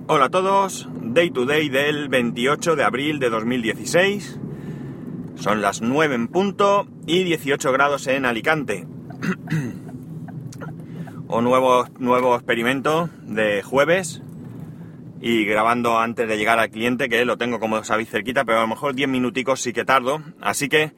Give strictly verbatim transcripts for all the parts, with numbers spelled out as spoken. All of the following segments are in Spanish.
Hola a todos, Day to Day del veintiocho de abril de dos mil dieciséis. Son las nueve en punto y dieciocho grados en Alicante. Un nuevo, nuevo experimento de jueves y grabando antes de llegar al cliente, que lo tengo como sabéis cerquita, pero a lo mejor diez minuticos sí que tardo. Así que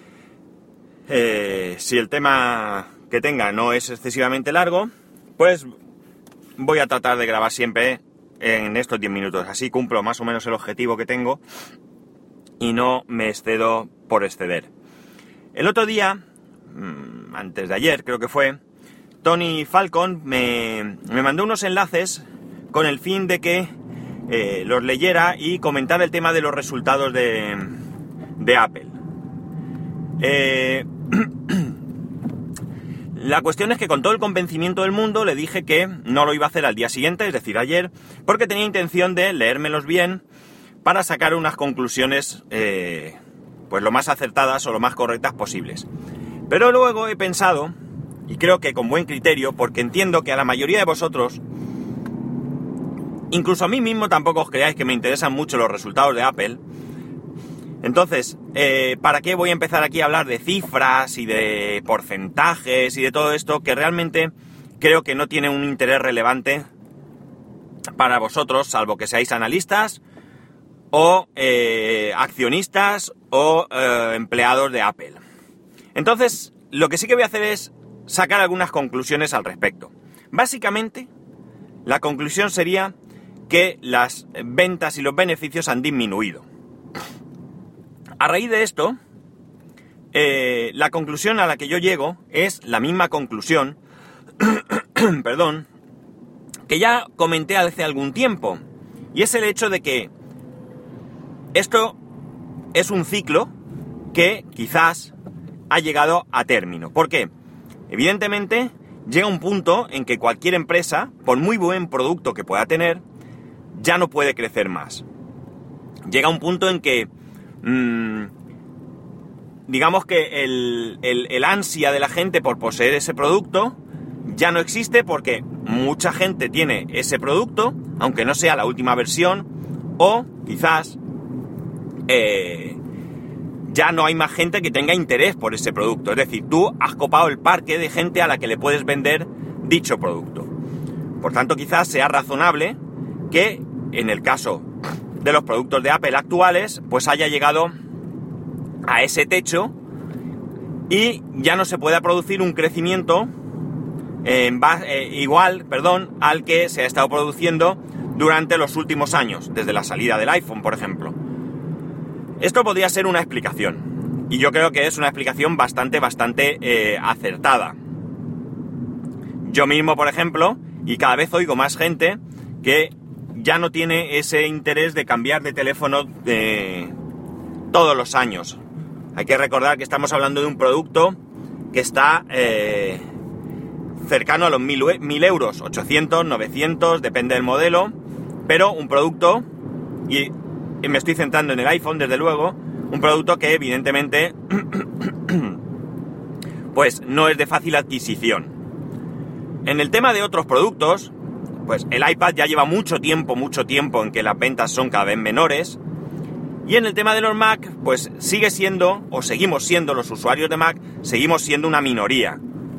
eh, si el tema que tenga no es excesivamente largo, pues voy a tratar de grabar siempre en estos diez minutos. Así cumplo más o menos el objetivo que tengo y no me excedo por exceder. El otro día, antes de ayer creo que fue, Tony Falcon me, me mandó unos enlaces con el fin de que eh, los leyera y comentara el tema de los resultados de, de Apple. Eh, La cuestión es que con todo el convencimiento del mundo le dije que no lo iba a hacer al día siguiente, es decir, ayer, porque tenía intención de leérmelos bien para sacar unas conclusiones eh, pues lo más acertadas o lo más correctas posibles. Pero luego he pensado, y creo que con buen criterio, porque entiendo que a la mayoría de vosotros, incluso a mí mismo tampoco os creáis que me interesan mucho los resultados de Apple. Entonces, eh, ¿para qué voy a empezar aquí a hablar de cifras y de porcentajes y de todo esto que realmente creo que no tiene un interés relevante para vosotros, salvo que seáis analistas o eh, accionistas o eh, empleados de Apple? Entonces, lo que sí que voy a hacer es sacar algunas conclusiones al respecto. Básicamente, la conclusión sería que las ventas y los beneficios han disminuido. A raíz de esto, eh, la conclusión a la que yo llego es la misma conclusión, perdón, que ya comenté hace algún tiempo, y es el hecho de que esto es un ciclo que quizás ha llegado a término. ¿Por qué? Evidentemente, llega un punto en que cualquier empresa, por muy buen producto que pueda tener, ya no puede crecer más. Llega un punto en que Mm, digamos que el, el, el ansia de la gente por poseer ese producto ya no existe, porque mucha gente tiene ese producto, aunque no sea la última versión, o quizás eh, ya no hay más gente que tenga interés por ese producto. Es decir, tú has copado el parque de gente a la que le puedes vender dicho producto. Por tanto, quizás sea razonable que en el caso de los productos de Apple actuales, pues haya llegado a ese techo y ya no se pueda producir un crecimiento en base, eh, igual, perdón, al que se ha estado produciendo durante los últimos años, desde la salida del iPhone, por ejemplo. Esto podría ser una explicación, y yo creo que es una explicación bastante, bastante eh, acertada. Yo mismo, por ejemplo, y cada vez oigo más gente que ya no tiene ese interés de cambiar de teléfono de todos los años. Hay que recordar que estamos hablando de un producto que está eh, cercano a los mil euros, ochocientos, novecientos, depende del modelo, pero un producto, y, y me estoy centrando en el iPhone desde luego, un producto que evidentemente pues no es de fácil adquisición. En el tema de otros productos, pues el iPad ya lleva mucho tiempo, mucho tiempo en que las ventas son cada vez menores. Y en el tema de los Mac, pues sigue siendo, o seguimos siendo los usuarios de Mac, seguimos siendo una minoría.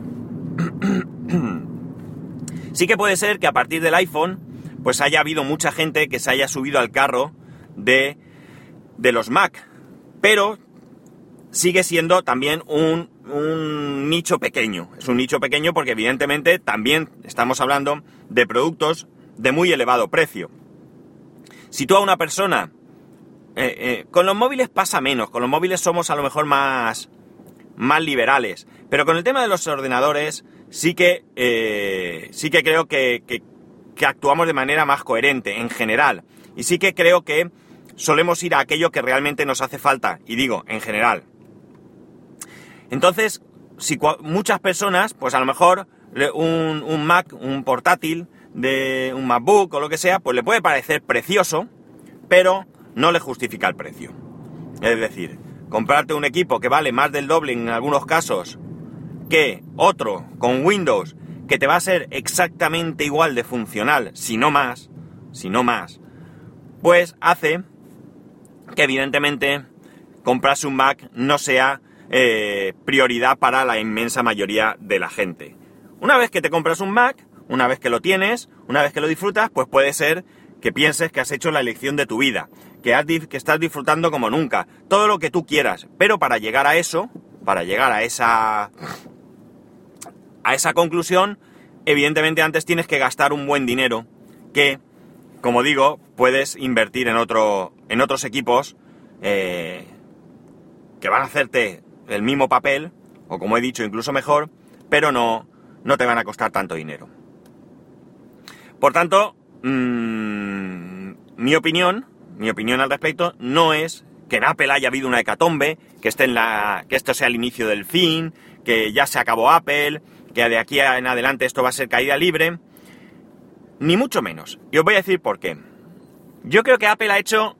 Sí que puede ser que a partir del iPhone, pues haya habido mucha gente que se haya subido al carro de, de los Mac. Pero sigue siendo también un, un nicho pequeño. Es un nicho pequeño porque evidentemente también estamos hablando de productos de muy elevado precio. Si tú a una persona... Eh, eh, con los móviles pasa menos, con los móviles somos a lo mejor más, más liberales, pero con el tema de los ordenadores sí que, eh, sí que creo que, que, que actuamos de manera más coherente en general, y sí que creo que solemos ir a aquello que realmente nos hace falta, y digo, en general. Entonces, si muchas personas, pues a lo mejor un, un Mac, un portátil, de un MacBook o lo que sea, pues le puede parecer precioso, pero no le justifica el precio. Es decir, comprarte un equipo que vale más del doble en algunos casos que otro con Windows que te va a ser exactamente igual de funcional, si no más, si no más, pues hace que evidentemente comprarse un Mac no sea eh, prioridad para la inmensa mayoría de la gente. Una vez que te compras un Mac, una vez que lo tienes, una vez que lo disfrutas, pues puede ser que pienses que has hecho la elección de tu vida, que, has, que estás disfrutando como nunca, todo lo que tú quieras, pero para llegar a eso, para llegar a esa, a esa conclusión, evidentemente antes tienes que gastar un buen dinero que, como digo, puedes invertir en, otro, en otros equipos eh, que van a hacerte el mismo papel, o como he dicho, incluso mejor, pero no, no te van a costar tanto dinero. Por tanto, mmm, mi opinión, mi opinión al respecto no es que en Apple haya habido una hecatombe, que esté en la, que esto sea el inicio del fin, que ya se acabó Apple, que de aquí en adelante esto va a ser caída libre, ni mucho menos. Y os voy a decir por qué. Yo creo que Apple ha hecho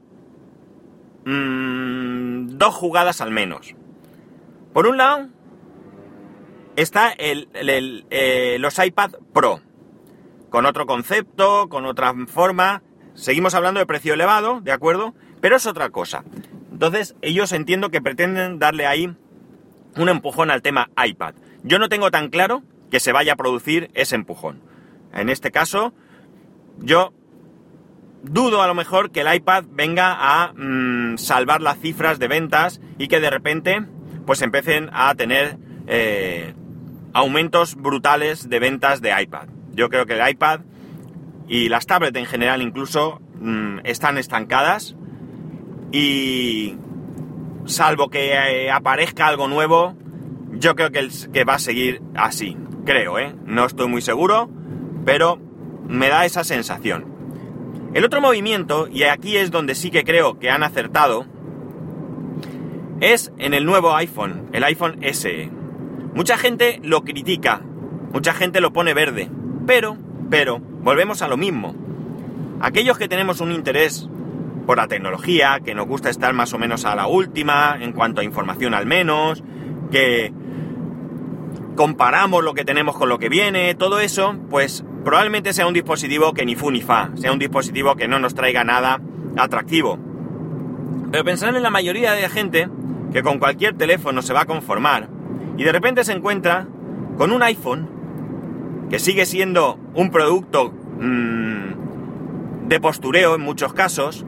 mmm, dos jugadas al menos. Por un lado, está el, el, el, eh, los iPad Pro, con otro concepto, con otra forma. Seguimos hablando de precio elevado, ¿de acuerdo? Pero es otra cosa. Entonces, ellos entiendo que pretenden darle ahí un empujón al tema iPad. Yo no tengo tan claro que se vaya a producir ese empujón. En este caso, yo dudo a lo mejor que el iPad venga a mmm, salvar las cifras de ventas y que de repente pues empiecen a tener eh, aumentos brutales de ventas de iPad. Yo creo que el iPad y las tablets en general incluso mmm, están estancadas y salvo que eh, aparezca algo nuevo, yo creo que, el, que va a seguir así. Creo, ¿eh? No estoy muy seguro, pero me da esa sensación. El otro movimiento, y aquí es donde sí que creo que han acertado, es en el nuevo iPhone, el iPhone ese e. Mucha gente lo critica, mucha gente lo pone verde, pero, pero, volvemos a lo mismo. Aquellos que tenemos un interés por la tecnología, que nos gusta estar más o menos a la última, en cuanto a información al menos, que comparamos lo que tenemos con lo que viene, todo eso, pues probablemente sea un dispositivo que ni fu ni fa, sea un dispositivo que no nos traiga nada atractivo. Pero pensad en la mayoría de la gente que con cualquier teléfono se va a conformar y de repente se encuentra con un iPhone que sigue siendo un producto mmm, de postureo en muchos casos,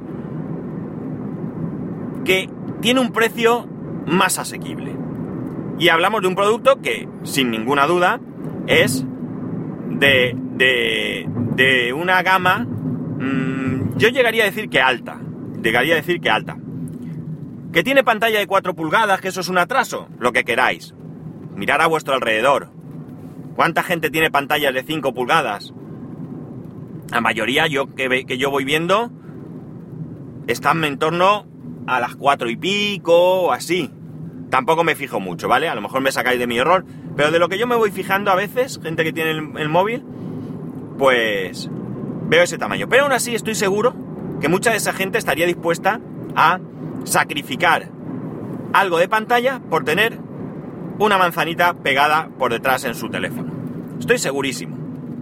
que tiene un precio más asequible. Y hablamos de un producto que, sin ninguna duda, es de, de, de una gama, mmm, yo llegaría a decir que alta, llegaría a decir que alta. ¿Que tiene pantalla de cuatro pulgadas, que eso es un atraso? Lo que queráis. Mirad a vuestro alrededor. ¿Cuánta gente tiene pantallas de cinco pulgadas? La mayoría yo que, que yo voy viendo están en torno a las cuatro y pico o así. Tampoco me fijo mucho, ¿vale? A lo mejor me sacáis de mi error, pero de lo que yo me voy fijando a veces, gente que tiene el, el móvil, pues veo ese tamaño. Pero aún así estoy seguro que mucha de esa gente estaría dispuesta a sacrificar algo de pantalla por tener una manzanita pegada por detrás en su teléfono. Estoy segurísimo.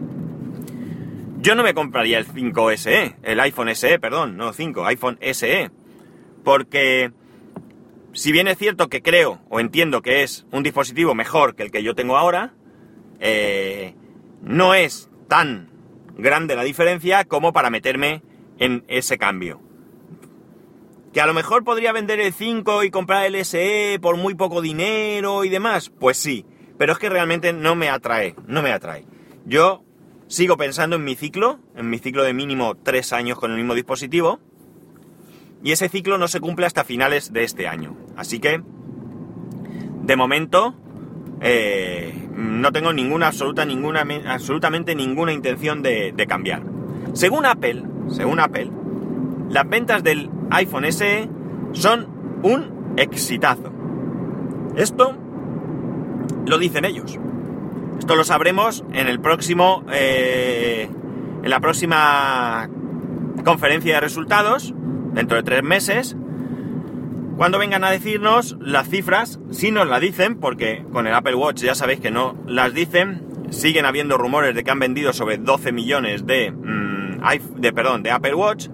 Yo no me compraría el cinco ese e, el iPhone ese e, perdón, no cinco, iPhone ese e, porque si bien es cierto que creo o entiendo que es un dispositivo mejor que el que yo tengo ahora, eh, no es tan grande la diferencia como para meterme en ese cambio. ¿Que a lo mejor podría vender el cinco y comprar el ese e por muy poco dinero y demás? Pues sí, pero es que realmente no me atrae, no me atrae. Yo sigo pensando en mi ciclo, en mi ciclo de mínimo tres años con el mismo dispositivo, y ese ciclo no se cumple hasta finales de este año. Así que, de momento, eh, no tengo ninguna, absoluta, ninguna, absolutamente ninguna intención de, de cambiar. Según Apple, según Apple, las ventas del iPhone ese e son un exitazo. Esto lo dicen ellos. Esto lo sabremos en el próximo, eh, en la próxima conferencia de resultados, dentro de tres meses, cuando vengan a decirnos las cifras, si nos las dicen, porque con el Apple Watch ya sabéis que no las dicen. Siguen habiendo rumores de que han vendido sobre doce millones de mmm, de, perdón, de Apple Watch,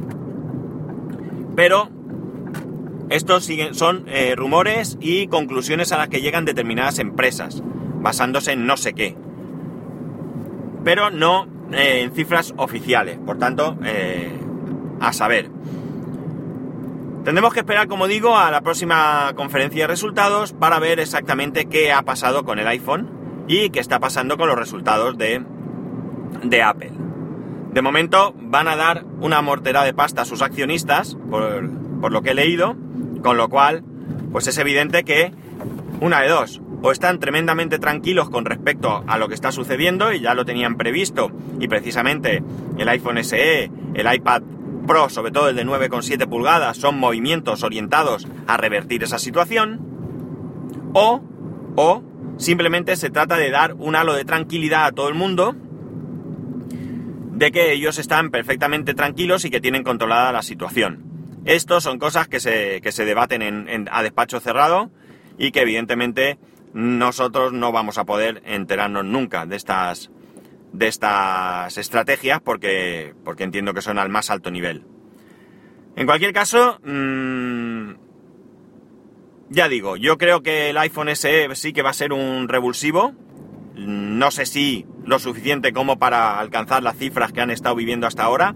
pero estos siguen, son eh, rumores y conclusiones a las que llegan determinadas empresas, basándose en no sé qué, pero no eh, en cifras oficiales. Por tanto, eh, a saber. Tendremos que esperar, como digo, a la próxima conferencia de resultados para ver exactamente qué ha pasado con el iPhone y qué está pasando con los resultados de, de Apple. De momento van a dar una mortera de pasta a sus accionistas, por, por lo que he leído, con lo cual, pues es evidente que una de dos, o están tremendamente tranquilos con respecto a lo que está sucediendo y ya lo tenían previsto, y precisamente el iPhone ese e, el iPad Pro, sobre todo el de nueve coma siete pulgadas, son movimientos orientados a revertir esa situación, o, o simplemente se trata de dar un halo de tranquilidad a todo el mundo, de que ellos están perfectamente tranquilos y que tienen controlada la situación. Estos son cosas que se, que se debaten en, en, a despacho cerrado y que evidentemente nosotros no vamos a poder enterarnos nunca de estas de estas estrategias porque, porque entiendo que son al más alto nivel. En cualquier caso, mmm, ya digo, yo creo que el iPhone ese e sí que va a ser un revulsivo. No sé si lo suficiente como para alcanzar las cifras que han estado viviendo hasta ahora,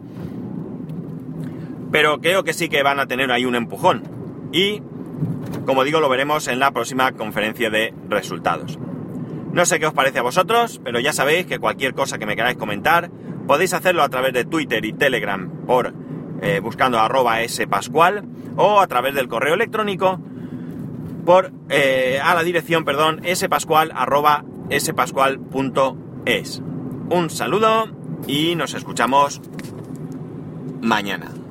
pero creo que sí que van a tener ahí un empujón. Y, como digo, lo veremos en la próxima conferencia de resultados. No sé qué os parece a vosotros, pero ya sabéis que cualquier cosa que me queráis comentar podéis hacerlo a través de Twitter y Telegram por eh, buscando arroba spascual o a través del correo electrónico por eh, a la dirección, perdón, spascual arroba spascual punto es. Un saludo y nos escuchamos mañana.